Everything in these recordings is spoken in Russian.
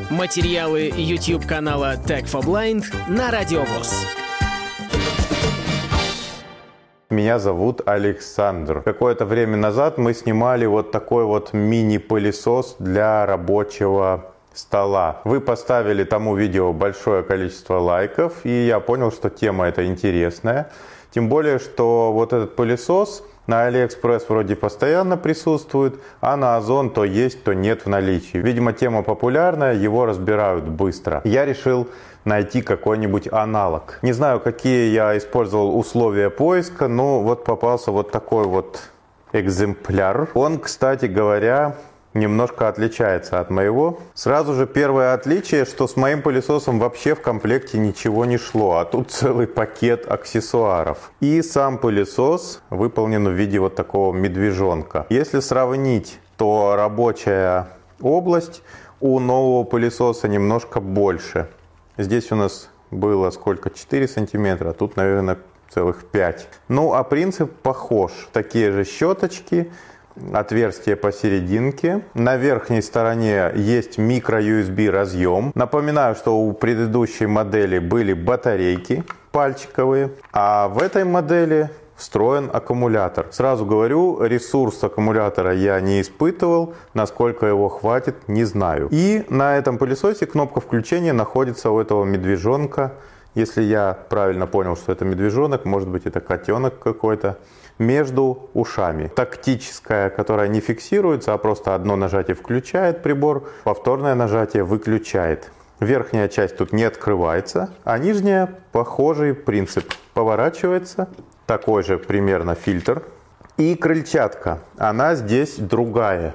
Материалы YouTube-канала Tech for Blind на Радио ВОС. Меня зовут Александр. Какое-то время назад мы снимали вот такой вот мини-пылесос для рабочего стола. Вы поставили тому видео большое количество лайков, и я понял, что тема эта интересная. Тем более, что вот этот пылесос на AliExpress вроде постоянно присутствует, а на Озон то есть, то нет в наличии. Видимо, тема популярная, его разбирают быстро. Я решил найти какой-нибудь аналог. Не знаю, какие я использовал условия поиска, но вот попался вот такой вот экземпляр. Он, кстати говоря, немножко отличается от моего. Сразу же первое отличие, что с моим пылесосом вообще в комплекте ничего не шло, а тут целый пакет аксессуаров. И сам пылесос выполнен в виде вот такого медвежонка. Если сравнить, то рабочая область у нового пылесоса немножко больше. Здесь у нас было сколько? 4 сантиметра, а тут, наверное, целых 5. Ну, а принцип похож. Такие же щеточки, отверстие посерединке. На верхней стороне есть микро-USB разъем. Напоминаю, что у предыдущей модели были батарейки пальчиковые, а в этой модели встроен аккумулятор. Сразу говорю, ресурс аккумулятора я не испытывал, насколько его хватит, не знаю. И на этом пылесосе кнопка включения находится у этого медвежонка. Если я правильно понял, что это медвежонок, может быть, это котенок какой-то, между ушами. Тактическая, которая не фиксируется, а просто одно нажатие включает прибор, повторное нажатие выключает. Верхняя часть тут не открывается, а нижняя похожий принцип. Поворачивается. Такой же примерно фильтр. И крыльчатка. Она здесь другая.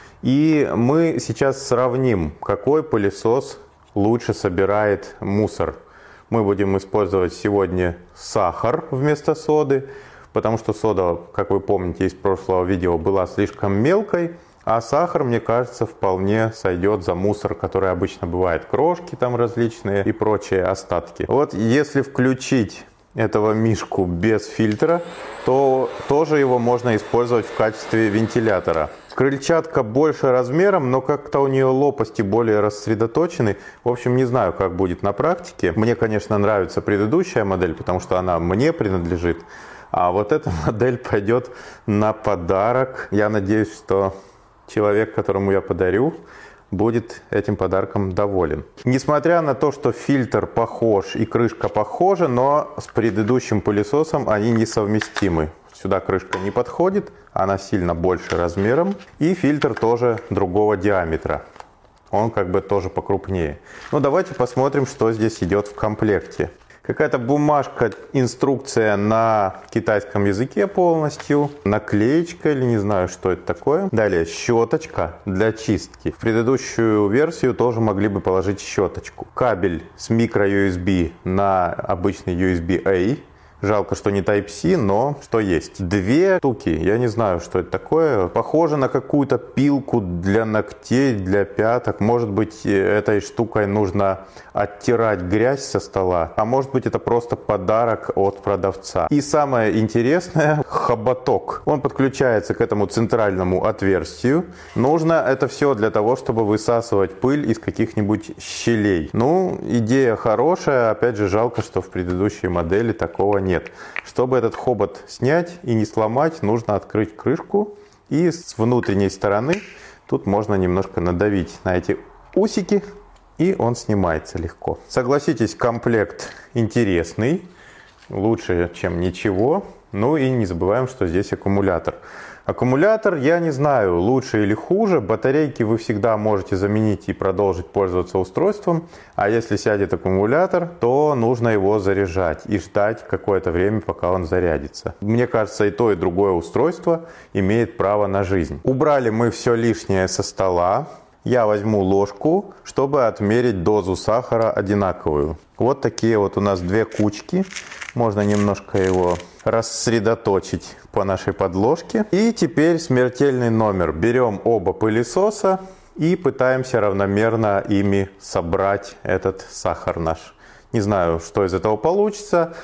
И мы сейчас сравним, какой пылесос лучше собирает мусор. Мы будем использовать сегодня сахар вместо соды, потому что сода, как вы помните из прошлого видео, была слишком мелкой, а сахар, мне кажется, вполне сойдет за мусор, который обычно бывает, крошки там различные и прочие остатки. Вот если включить этого мишку без фильтра, то тоже его можно использовать в качестве вентилятора. Крыльчатка больше размером, но как-то у нее лопасти более рассредоточены. В общем, не знаю, как будет на практике. Мне, конечно, нравится предыдущая модель, потому что она мне принадлежит. А вот эта модель пойдет на подарок. Я надеюсь, что человек, которому я подарю, будет этим подарком доволен. Несмотря на то, что фильтр похож и крышка похожа, но с предыдущим пылесосом они несовместимы. Сюда крышка не подходит, она сильно больше размером, и фильтр тоже другого диаметра. Он как бы тоже покрупнее. Ну давайте посмотрим, что здесь идет в комплекте. Какая-то бумажка, инструкция на китайском языке полностью, наклеечка или не знаю, что это такое. Далее щеточка для чистки. В предыдущую версию тоже могли бы положить щеточку. Кабель с микро-USB на обычный USB-A. Жалко, что не Type-C, но что есть. 2 штуки, я не знаю, что это такое. Похоже на какую-то пилку для ногтей, для пяток. Может быть, этой штукой нужно оттирать грязь со стола. А может быть, это просто подарок от продавца. И самое интересное, хоботок. Он подключается к этому центральному отверстию. Нужно это все для того, чтобы высасывать пыль из каких-нибудь щелей. Ну, идея хорошая. Опять же, жалко, что в предыдущей модели такого нет. Чтобы этот хобот снять и не сломать, нужно открыть крышку. И с внутренней стороны тут можно немножко надавить на эти усики, и он снимается легко. Согласитесь, комплект интересный, лучше, чем ничего. Ну и не забываем, что здесь аккумулятор. Аккумулятор, я не знаю, лучше или хуже. Батарейки вы всегда можете заменить и продолжить пользоваться устройством. А если сядет аккумулятор, то нужно его заряжать и ждать какое-то время, пока он зарядится. Мне кажется, и то, и другое устройство имеет право на жизнь. Убрали мы все лишнее со стола. Я возьму ложку, чтобы отмерить дозу сахара одинаковую. Вот такие вот у нас 2 кучки. Можно немножко его рассредоточить по нашей подложке. И теперь смертельный номер. Берем оба пылесоса и пытаемся равномерно ими собрать этот сахар наш. Не знаю, что из этого получится.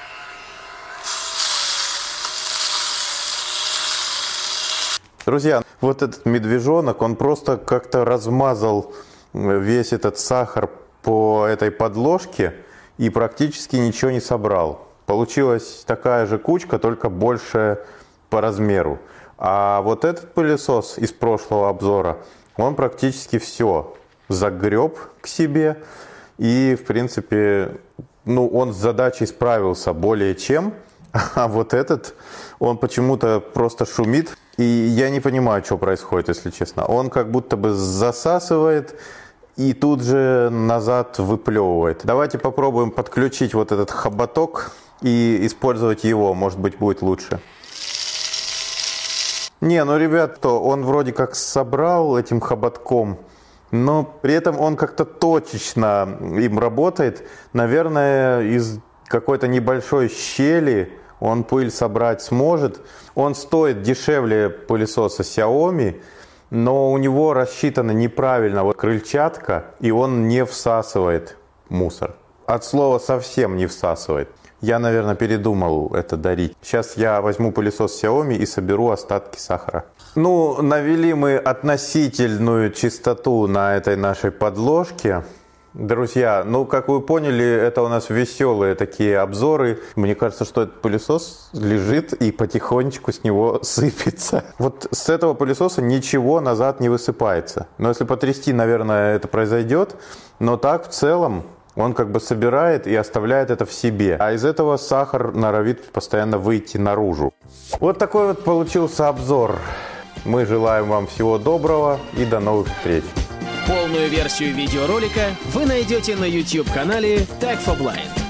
Друзья, вот этот медвежонок, он просто как-то размазал весь этот сахар по этой подложке и практически ничего не собрал. Получилась такая же кучка, только больше по размеру. А вот этот пылесос из прошлого обзора, он практически все загреб к себе. И, в принципе, он с задачей справился более чем. А вот этот, он почему-то просто шумит. И я не понимаю, что происходит, если честно. Он как будто бы засасывает и тут же назад выплевывает. Давайте попробуем подключить вот этот хоботок и использовать его. Может быть, будет лучше. Не, ребят, он вроде как собрал этим хоботком, но при этом он как-то точечно им работает. Наверное, из какой-то небольшой щели он пыль собрать сможет. Он стоит дешевле пылесоса Xiaomi, но у него рассчитана неправильно крыльчатка, и он не всасывает мусор. От слова совсем не всасывает. Я, наверное, передумал это дарить. Сейчас я возьму пылесос Xiaomi и соберу остатки сахара. Навели мы относительную чистоту на этой нашей подложке. Друзья, как вы поняли, это у нас веселые такие обзоры. Мне кажется, что этот пылесос лежит и потихонечку с него сыпется. Вот с этого пылесоса ничего назад не высыпается. Но если потрясти, наверное, это произойдет. Но так в целом он как бы собирает и оставляет это в себе. А из этого сахар норовит постоянно выйти наружу. Вот такой вот получился обзор. Мы желаем вам всего доброго и до новых встреч. Полную версию видеоролика вы найдете на YouTube-канале Tech4Blind.